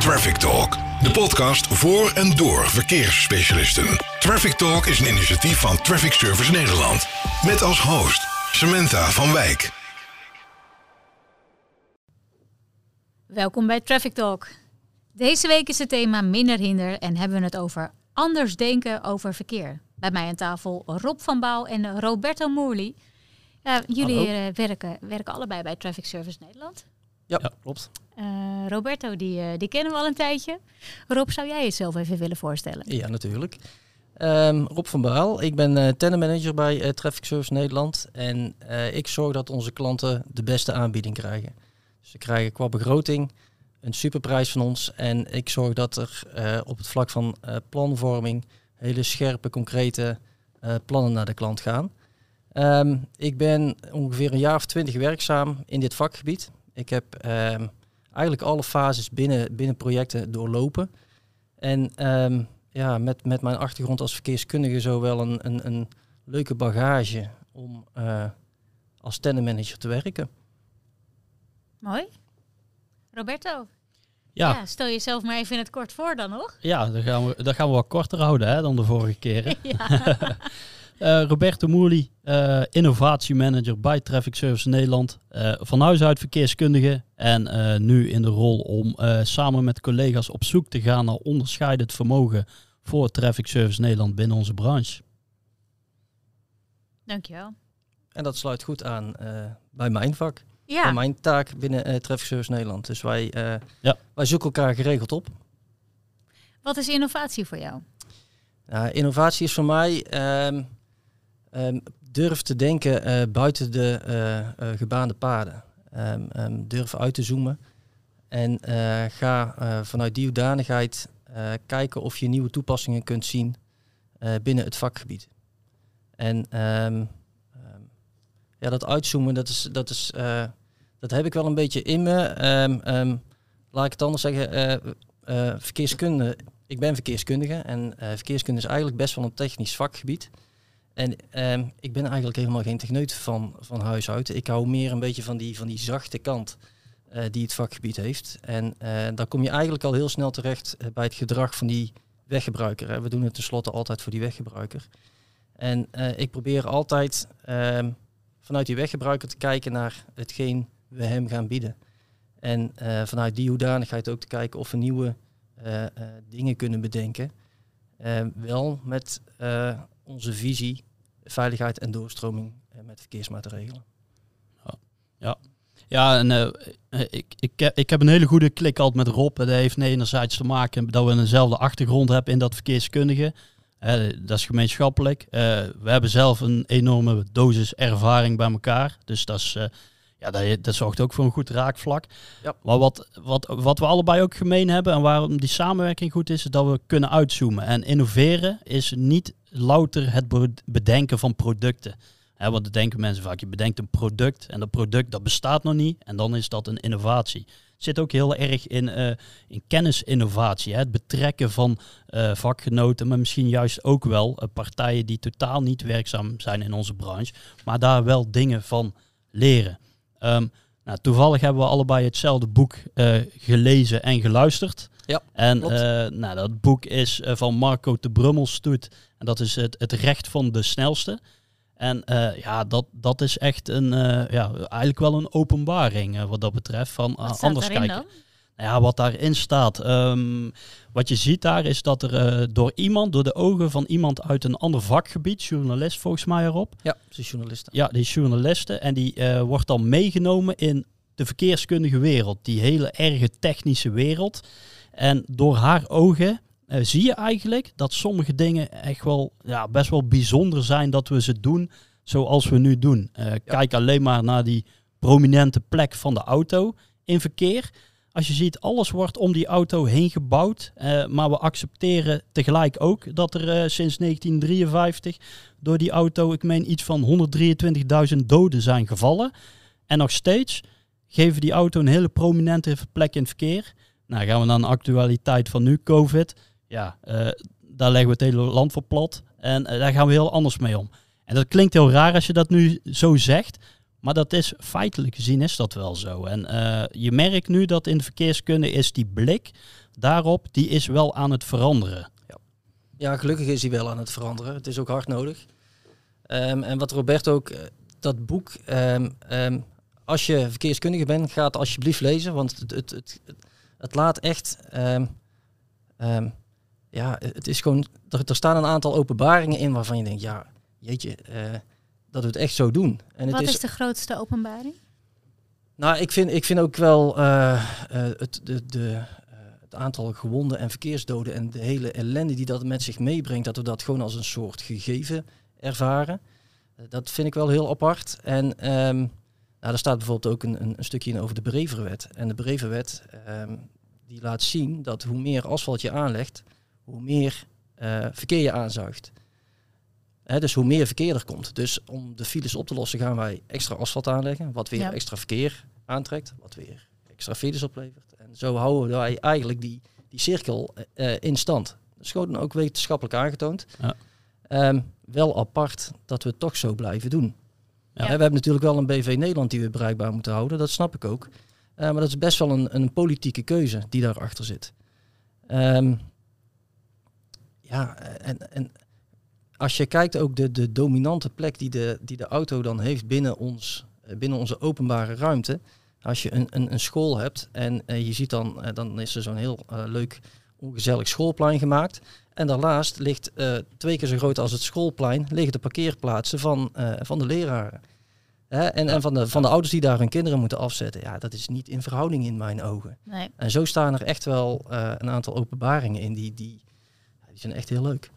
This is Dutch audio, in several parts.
Traffic Talk, de podcast voor en door verkeersspecialisten. Traffic Talk is een initiatief van Traffic Service Nederland. Met als host Samantha van Wijk. Welkom bij Traffic Talk. Deze week is het thema minder hinder en hebben we het over anders denken over verkeer. Bij mij aan tafel Rob van Baal en Roberto Moerli. Jullie werken allebei bij Traffic Service Nederland. Ja, klopt. Roberto, die kennen we al een tijdje. Rob, zou jij jezelf even willen voorstellen? Ja, natuurlijk. Rob van Baal. Ik ben tennenmanager bij Traffic Service Nederland. En ik zorg dat onze klanten de beste aanbieding krijgen. Ze krijgen qua begroting een superprijs van ons. En ik zorg dat er op het vlak van planvorming hele scherpe, concrete plannen naar de klant gaan. Ik ben ongeveer een jaar of 20 werkzaam in dit vakgebied. Ik heb eigenlijk alle fases binnen projecten doorlopen. En met mijn achtergrond als verkeerskundige zo wel een leuke bagage om als tennenmanager te werken. Mooi. Roberto? Ja, stel jezelf maar even in het kort voor dan nog. Ja, dat gaan we wat korter houden dan de vorige keren. Ja. Roberto Moerli, innovatiemanager bij Traffic Service Nederland. Van huis uit verkeerskundige en nu in de rol om samen met collega's op zoek te gaan naar onderscheidend vermogen voor Traffic Service Nederland binnen onze branche. Dankjewel. En dat sluit goed aan bij mijn vak. Ja. Bij mijn taak binnen Traffic Service Nederland. Dus wij zoeken elkaar geregeld op. Wat is innovatie voor jou? Innovatie is voor mij durf te denken buiten de gebaande paden. Durf uit te zoomen. En ga vanuit die hoedanigheid kijken of je nieuwe toepassingen kunt zien binnen het vakgebied. En dat uitzoomen, dat heb ik wel een beetje in me. Laat ik het anders zeggen. Verkeerskunde. Ik ben verkeerskundige en verkeerskunde is eigenlijk best wel een technisch vakgebied. En ik ben eigenlijk helemaal geen techneut van huis uit. Ik hou meer een beetje van die zachte kant die het vakgebied heeft. En daar kom je eigenlijk al heel snel terecht bij het gedrag van die weggebruiker. Hè. We doen het tenslotte altijd voor die weggebruiker. En ik probeer altijd vanuit die weggebruiker te kijken naar hetgeen we hem gaan bieden. En vanuit die hoedanigheid ook te kijken of we nieuwe dingen kunnen bedenken. Wel met onze visie, veiligheid en doorstroming met verkeersmaatregelen. Ja, en ik heb een hele goede klik altijd met Rob. Dat heeft enerzijds te maken dat we eenzelfde achtergrond hebben in dat verkeerskundige. Dat is gemeenschappelijk. We hebben zelf een enorme dosis ervaring bij elkaar. Dus dat zorgt ook voor een goed raakvlak. Ja. Maar wat we allebei ook gemeen hebben en waarom die samenwerking goed is dat we kunnen uitzoomen. En innoveren is niet louter het bedenken van producten. Want dan denken mensen vaak, je bedenkt een product en dat product dat bestaat nog niet en dan is dat een innovatie. Het zit ook heel erg in kennisinnovatie. Het betrekken van vakgenoten, maar misschien juist ook wel partijen die totaal niet werkzaam zijn in onze branche, maar daar wel dingen van leren. Toevallig hebben we allebei hetzelfde boek gelezen en geluisterd. Ja, en dat boek is van Marco de Brummelstoet. En dat is het recht van de snelste. En dat is echt eigenlijk wel een openbaring wat dat betreft. Van anders kijken. Dan? Wat daarin staat. Wat je ziet daar is dat er door de ogen van iemand uit een ander vakgebied, journalist volgens mij erop. Ja, die journalisten. Ja, die journalisten. En die wordt dan meegenomen in de verkeerskundige wereld. Die hele erge technische wereld. En door haar ogen zie je eigenlijk dat sommige dingen echt wel best wel bijzonder zijn dat we ze doen zoals we nu doen. Kijk alleen maar naar die prominente plek van de auto in verkeer. Als je ziet, alles wordt om die auto heen gebouwd. Maar we accepteren tegelijk ook dat er sinds 1953 door die auto, ik meen iets van 123.000 doden zijn gevallen. En nog steeds geven die auto een hele prominente plek in het verkeer. Nou, gaan we naar een actualiteit van nu, COVID. Daar leggen we het hele land voor plat. En daar gaan we heel anders mee om. En dat klinkt heel raar als je dat nu zo zegt. Maar dat is feitelijk gezien is dat wel zo. En je merkt nu dat in de verkeerskunde is die blik daarop, die is wel aan het veranderen. Ja, gelukkig is hij wel aan het veranderen. Het is ook hard nodig. En wat Robert ook, dat boek, als je verkeerskundige bent, ga het alsjeblieft lezen. Want het laat echt, het is gewoon, er staan een aantal openbaringen in waarvan je denkt, ja, jeetje, dat we het echt zo doen. En Wat is de grootste openbaring? Nou, ik vind ook wel het aantal gewonden en verkeersdoden en de hele ellende die dat met zich meebrengt, dat we dat gewoon als een soort gegeven ervaren. Dat vind ik wel heel apart. En daar staat bijvoorbeeld ook een stukje in over de Breverwet. En de Breverwet die laat zien dat hoe meer asfalt je aanlegt, hoe meer verkeer je aanzuigt. Dus hoe meer verkeer er komt. Dus om de files op te lossen gaan wij extra asfalt aanleggen, wat weer extra verkeer aantrekt, wat weer extra files oplevert. En zo houden wij eigenlijk die cirkel in stand. Dat is gewoon ook wetenschappelijk aangetoond. Ja. Wel apart dat we het toch zo blijven doen. Ja. We hebben natuurlijk wel een BV Nederland die we bereikbaar moeten houden, dat snap ik ook. Maar dat is best wel een politieke keuze die daarachter zit. En als je kijkt ook de dominante plek die de auto dan heeft binnen onze openbare ruimte. Als je een school hebt en je ziet dan is er zo'n heel leuk ongezellig schoolplein gemaakt. En daarnaast ligt 2 keer zo groot als het schoolplein liggen de parkeerplaatsen van de leraren. En van de ouders die daar hun kinderen moeten afzetten. Ja, dat is niet in verhouding in mijn ogen. Nee. En zo staan er echt wel een aantal openbaringen in die zijn echt heel leuk.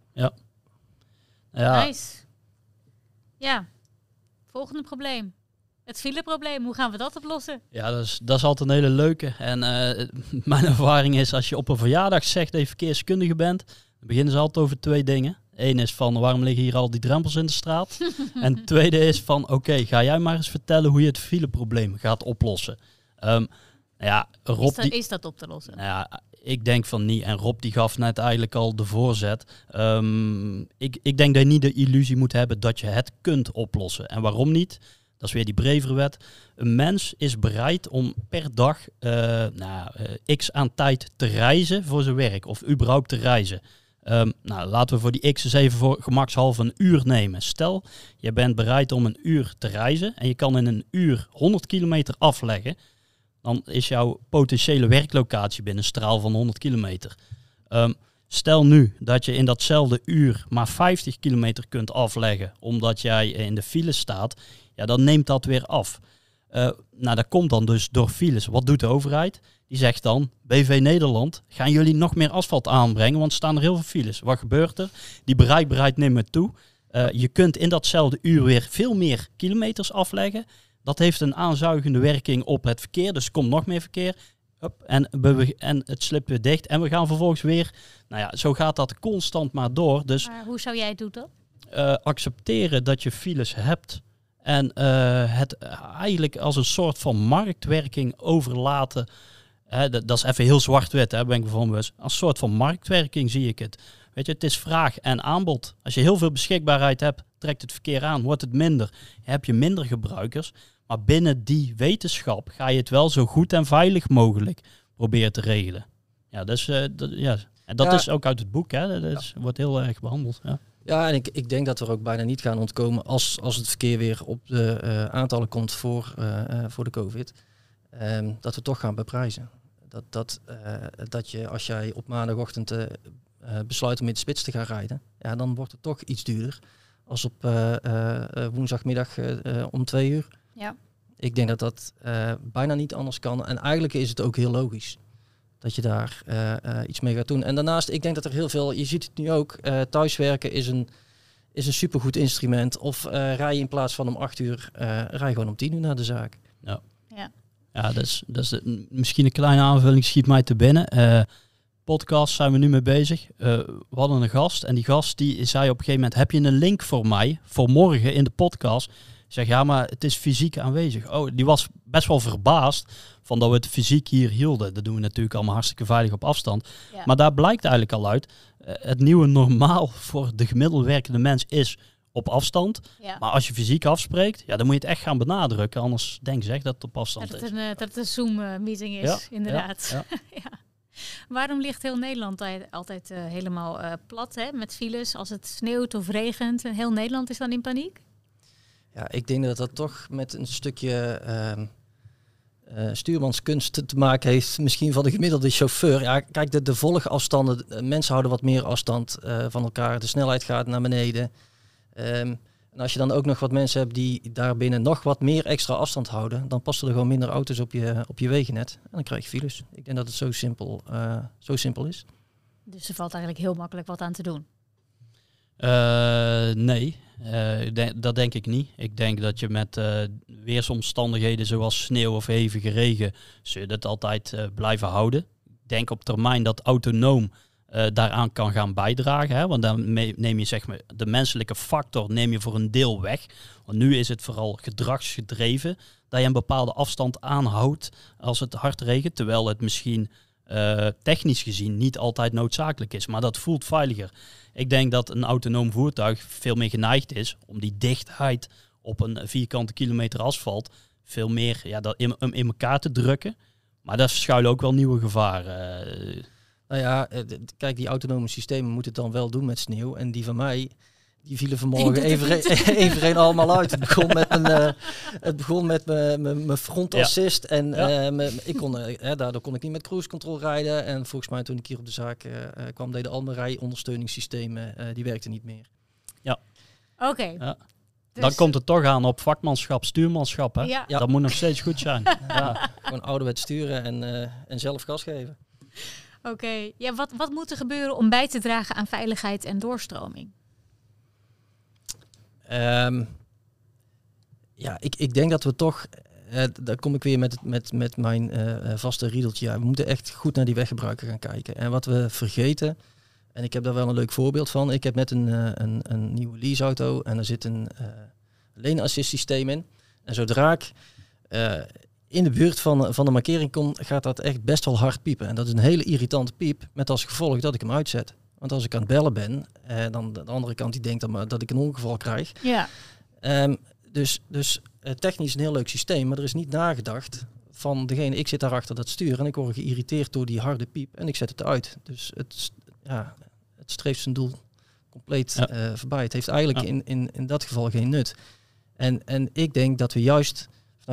Ja. Nice. Ja, volgende probleem. Het fileprobleem, hoe gaan we dat oplossen? Ja, dat is altijd een hele leuke. En mijn ervaring is, als je op een verjaardag zegt dat je verkeerskundige bent, dan beginnen ze altijd over 2 dingen. Eén is van, waarom liggen hier al die drempels in de straat? En het tweede is van, oké, ga jij maar eens vertellen hoe je het fileprobleem gaat oplossen. Rob, is dat op te lossen? Nou ja, ik denk van niet. En Rob die gaf net eigenlijk al de voorzet. Ik denk dat je niet de illusie moet hebben dat je het kunt oplossen. En waarom niet? Dat is weer die Breverwet. Een mens is bereid om per dag x aan tijd te reizen voor zijn werk. Of überhaupt te reizen. Laten we voor die x eens even voor gemakshalve een uur nemen. Stel, je bent bereid om een uur te reizen. En je kan in een uur 100 kilometer afleggen. Dan is jouw potentiële werklocatie binnen een straal van 100 kilometer. Stel nu dat je in datzelfde uur maar 50 kilometer kunt afleggen, omdat jij in de file staat. Ja, dan neemt dat weer af. Dat komt dan dus door files. Wat doet de overheid? Die zegt dan, BV Nederland, gaan jullie nog meer asfalt aanbrengen, want er staan er heel veel files. Wat gebeurt er? Die bereikbaarheid neemt toe. Je kunt in datzelfde uur weer veel meer kilometers afleggen. Dat heeft een aanzuigende werking op het verkeer. Dus er komt nog meer verkeer. En het slipt weer dicht. En we gaan vervolgens weer... zo gaat dat constant maar door. Dus, maar hoe zou jij het doen dan? Accepteren dat je files hebt. En het eigenlijk als een soort van marktwerking overlaten. Dat is even heel zwart-wit, ben ik van bewust. Als een soort van marktwerking zie ik het. Weet je, het is vraag en aanbod. Als je heel veel beschikbaarheid hebt, trekt het verkeer aan, wordt het minder. Heb je minder gebruikers. Maar binnen die wetenschap ga je het wel zo goed en veilig mogelijk proberen te regelen. Ja, dus, en dat is ook uit het boek. Dat wordt heel erg behandeld. Ja, en ik denk dat we er ook bijna niet gaan ontkomen als het verkeer weer op de aantallen komt voor de COVID. Dat we toch gaan beprijzen. Dat je als jij op maandagochtend besluit om in de spits te gaan rijden, ja, dan wordt het toch iets duurder als op woensdagmiddag om 2 uur. Ja. Ik denk dat bijna niet anders kan. En eigenlijk is het ook heel logisch dat je daar iets mee gaat doen. En daarnaast, ik denk dat er heel veel, je ziet het nu ook, thuiswerken is een supergoed instrument. Of rij je in plaats van om 8 uur, rij gewoon om 10 uur naar de zaak. Ja, dat is misschien een kleine aanvulling, schiet mij te binnen. Podcast zijn we nu mee bezig. We hadden een gast en die gast die zei op een gegeven moment, heb je een link voor mij voor morgen in de podcast? Ik zeg, ja, maar het is fysiek aanwezig. Oh, die was best wel verbaasd van dat we het fysiek hier hielden. Dat doen we natuurlijk allemaal hartstikke veilig op afstand. Ja. Maar daar blijkt eigenlijk al uit, het nieuwe normaal voor de gemiddeld werkende mens is op afstand. Ja. Maar als je fysiek afspreekt, ja, dan moet je het echt gaan benadrukken. Anders denken ze echt dat het op afstand Dat is. het een Zoom-meeting is, Ja, inderdaad. ja. Ja. Waarom ligt heel Nederland altijd helemaal plat, hè? Met files als het sneeuwt of regent? En heel Nederland is dan in paniek? Ja, ik denk dat dat toch met een stukje stuurmanskunst te maken heeft. Misschien van de gemiddelde chauffeur. Ja, kijk, de volgafstanden. Mensen houden wat meer afstand van elkaar. De snelheid gaat naar beneden. En als je dan ook nog wat mensen hebt die daarbinnen nog wat meer extra afstand houden, dan passen er gewoon minder auto's op je wegennet. En dan krijg je files. Ik denk dat het zo simpel is. Dus er valt eigenlijk heel makkelijk wat aan te doen. Nee, dat denk ik niet. Ik denk dat je met weersomstandigheden zoals sneeuw of hevige regen, zul je dat altijd blijven houden. Ik denk op termijn dat autonoom daaraan kan gaan bijdragen. Hè? Want dan neem je zeg maar de menselijke factor neem je voor een deel weg. Want nu is het vooral gedragsgedreven. Dat je een bepaalde afstand aanhoudt als het hard regent. Terwijl het misschien technisch gezien niet altijd noodzakelijk is. Maar dat voelt veiliger. Ik denk dat een autonoom voertuig veel meer geneigd is om die dichtheid op een vierkante kilometer asfalt veel meer in elkaar te drukken. Maar daar schuilen ook wel nieuwe gevaren. Nou ja, kijk, die autonome systemen moeten het dan wel doen met sneeuw. En die van mij, die vielen vanmorgen even allemaal uit. Het begon met mijn front assist. En daardoor kon ik niet met cruise control rijden. En volgens mij toen ik hier op de zaak kwam, deden al mijn rijondersteuningssystemen, die werkten niet meer. Ja. Oké. Ja. Dus Dan komt het toch aan op vakmanschap, stuurmanschap. Hè? Ja. Dat moet nog steeds goed zijn. Ja. Gewoon ouderwets sturen en zelf gas geven. Oké. Ja, wat moet er gebeuren om bij te dragen aan veiligheid en doorstroming? Ik denk dat we toch, daar kom ik weer met mijn vaste riedeltje. Ja, we moeten echt goed naar die weggebruiker gaan kijken. En wat we vergeten, en ik heb daar wel een leuk voorbeeld van. Ik heb net een nieuwe leaseauto en er zit een lane assist systeem in. En zodra ik in de buurt van de markering kom, gaat dat echt best wel hard piepen. En dat is een hele irritante piep, met als gevolg dat ik hem uitzet. Want als ik aan het bellen ben, dan de andere kant die denkt dat ik een ongeval krijg. Ja. Dus technisch een heel leuk systeem, maar er is niet nagedacht van degene, ik zit daarachter dat stuur en ik word geïrriteerd door die harde piep en ik zet het uit. Dus het streeft zijn doel compleet voorbij. Het heeft eigenlijk in dat geval geen nut. En ik denk dat we juist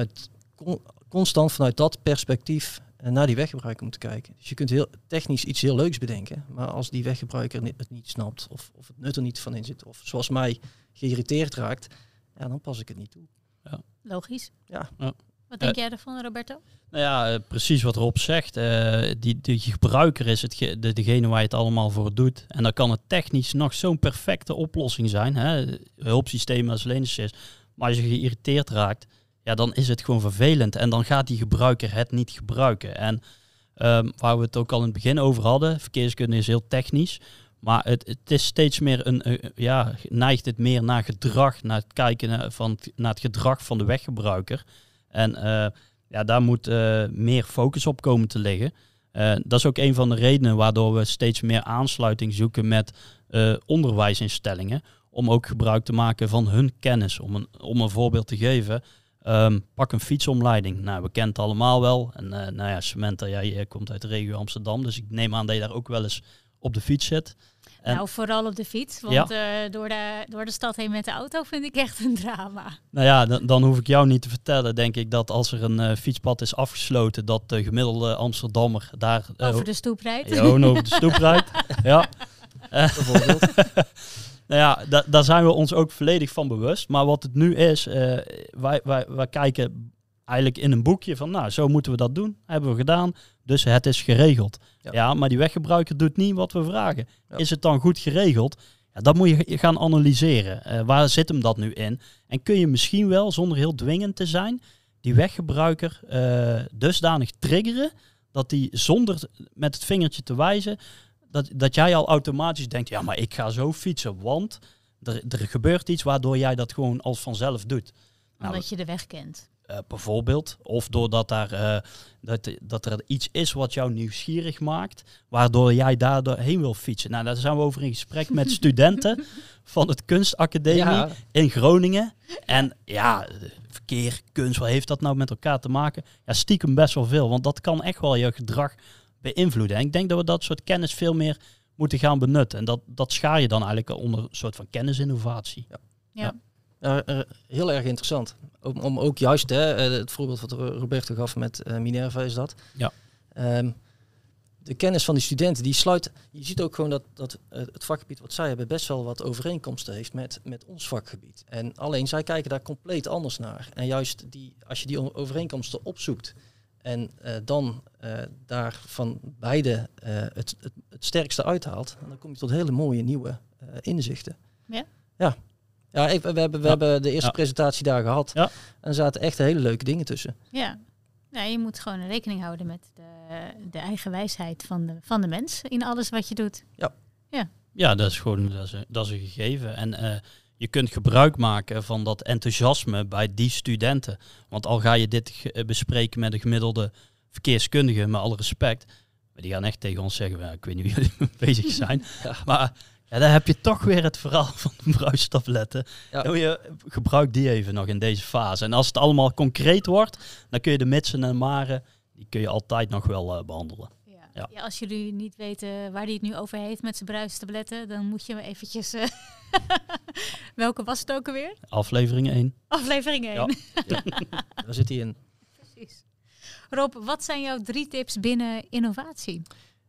constant vanuit dat perspectief naar die weggebruiker moeten kijken. Dus je kunt heel technisch iets heel leuks bedenken, maar als die weggebruiker het niet snapt of het nut er niet van in zit, of zoals mij geïrriteerd raakt, ja, dan pas ik het niet toe. Ja. Logisch. Ja. Wat denk jij ervan, Roberto? Nou ja, precies wat Rob zegt. Die gebruiker is degene waar je het allemaal voor doet. En dan kan het technisch nog zo'n perfecte oplossing zijn. Hè? Hulpsystemen als lane assist. Maar als je geïrriteerd raakt, ja, dan is het gewoon vervelend. En dan gaat die gebruiker het niet gebruiken. En waar we het ook al in het begin over hadden, verkeerskunde is heel technisch. Maar het is steeds meer neigt het meer naar gedrag, naar het kijken naar het gedrag van de weggebruiker. En daar moet meer focus op komen te liggen. Dat is ook een van de redenen waardoor we steeds meer aansluiting zoeken met onderwijsinstellingen. Om ook gebruik te maken van hun kennis. Om een voorbeeld te geven, pak een fietsomleiding. Nou, we kennen het allemaal wel. En Samantha, jij komt uit de regio Amsterdam. Dus ik neem aan dat je daar ook wel eens op de fiets zit. Nou, vooral op de fiets. Want door de stad heen met de auto vind ik echt een drama. Nou ja, dan hoef ik jou niet te vertellen, denk ik, dat als er een fietspad is afgesloten, dat de gemiddelde Amsterdammer daar over de stoep rijdt. Gewoon over de stoep rijdt. Ja. Bijvoorbeeld. Nou ja, daar zijn we ons ook volledig van bewust. Maar wat het nu is, wij kijken eigenlijk in een boekje van, nou, zo moeten we dat doen. Hebben we gedaan, dus het is geregeld. Ja, maar die weggebruiker doet niet wat we vragen. Ja. Is het dan goed geregeld? Ja, dat moet je gaan analyseren. Waar zit hem dat nu in? En kun je misschien wel, zonder heel dwingend te zijn, die weggebruiker dusdanig triggeren, dat die zonder met het vingertje te wijzen, dat jij al automatisch denkt, ja, maar ik ga zo fietsen, want er gebeurt iets waardoor jij dat gewoon als vanzelf doet. Omdat je de weg kent. Bijvoorbeeld. Of doordat dat er iets is wat jou nieuwsgierig maakt, waardoor jij daardoor heen wil fietsen. Nou, daar zijn we over in gesprek met studenten van het Kunstacademie in Groningen. En ja, verkeer, kunst, wat heeft dat nou met elkaar te maken? Ja, stiekem best wel veel, want dat kan echt wel je gedrag beïnvloeden. En ik denk dat we dat soort kennis veel meer moeten gaan benutten. En dat schaar je dan eigenlijk onder een soort van kennisinnovatie. Ja. Heel erg interessant. Om ook juist, het voorbeeld wat Roberto gaf met Minerva is dat. Ja. De kennis van die studenten, die sluit... Je ziet ook gewoon dat het vakgebied wat zij hebben best wel wat overeenkomsten heeft met ons vakgebied. En alleen zij kijken daar compleet anders naar. En juist als je die overeenkomsten opzoekt en dan daar van beide het sterkste uithaalt, dan kom je tot hele mooie nieuwe inzichten. Ja? Ja. Ja, we hebben de eerste presentatie daar gehad. Ja. En er zaten echt hele leuke dingen tussen. Ja. Nou, je moet gewoon rekening houden met de eigen wijsheid van de mens in alles wat je doet. Ja, dat is gewoon dat is een gegeven. En je kunt gebruik maken van dat enthousiasme bij die studenten. Want al ga je dit bespreken met een gemiddelde verkeerskundige, met alle respect, maar die gaan echt tegen ons zeggen, ik weet niet wie jullie mee bezig zijn. Maar ja, dan heb je toch weer het verhaal van de bruistabletten. Ja. Je gebruik die even nog in deze fase. En als het allemaal concreet wordt, dan kun je de mitsen en maren, die kun je altijd nog wel behandelen. Ja. Ja, als jullie niet weten waar hij het nu over heeft met zijn bruistabletten, dan moet je me eventjes... Welke was het ook alweer? Aflevering 1. Aflevering 1. Ja. Daar zit hij in. Precies. Rob, wat zijn jouw 3 tips binnen innovatie?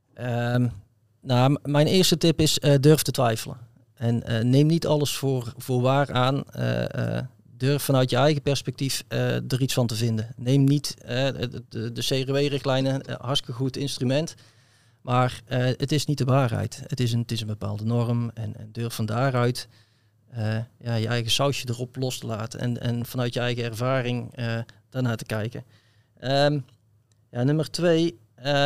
Nou, mijn eerste tip is durf te twijfelen. En neem niet alles voor waar aan. Durf vanuit je eigen perspectief er iets van te vinden. Neem niet de CRW-richtlijnen, hartstikke goed instrument. Maar het is niet de waarheid. Het is een bepaalde norm. En durf van daaruit je eigen sausje erop los te laten. En vanuit je eigen ervaring daarnaar te kijken. Nummer 2...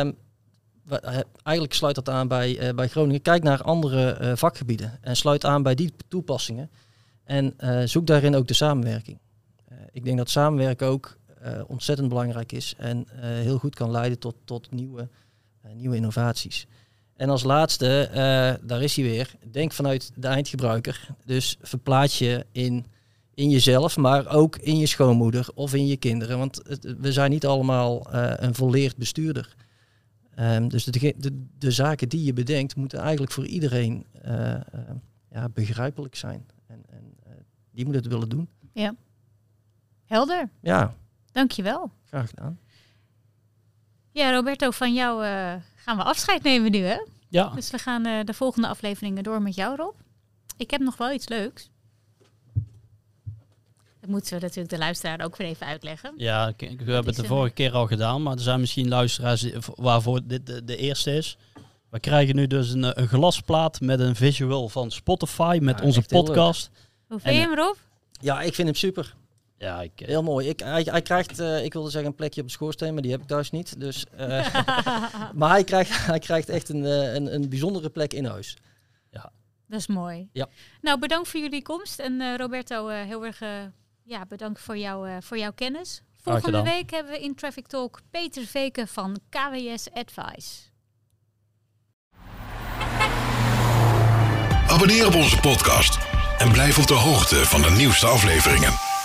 eigenlijk sluit dat aan bij Groningen. Kijk naar andere vakgebieden en sluit aan bij die toepassingen. En zoek daarin ook de samenwerking. Ik denk dat samenwerken ook ontzettend belangrijk is en heel goed kan leiden tot nieuwe innovaties. En als laatste, daar is hij weer, denk vanuit de eindgebruiker. Dus verplaats je in jezelf, maar ook in je schoonmoeder of in je kinderen. Want we zijn niet allemaal een volleerd bestuurder. Dus de zaken die je bedenkt moeten eigenlijk voor iedereen begrijpelijk zijn. En die moeten het willen doen. Ja. Helder. Ja. Dankjewel. Graag gedaan. Ja, Roberto, van jou gaan we afscheid nemen nu, hè? Ja. Dus we gaan de volgende afleveringen door met jou, Rob. Ik heb nog wel iets leuks. Dat moeten we natuurlijk de luisteraar ook weer even uitleggen. Ja, we hebben het de vorige keer al gedaan, maar er zijn misschien luisteraars waarvoor dit de eerste is. We krijgen nu dus een glasplaat met een visual van Spotify met onze podcast. Hoe vind je hem, Rob? Ja, ik vind hem super. Ja, heel mooi. Hij krijgt, ik wilde zeggen een plekje op de schoorsteen, maar die heb ik thuis niet. Dus, maar hij krijgt echt een bijzondere plek in huis. Ja. Dat is mooi. Ja. Nou, bedankt voor jullie komst. En Roberto, heel erg bedankt voor jouw kennis. Volgende week hebben we in Traffic Talk Peter Veken van KWS Advice. Abonneer op onze podcast en blijf op de hoogte van de nieuwste afleveringen.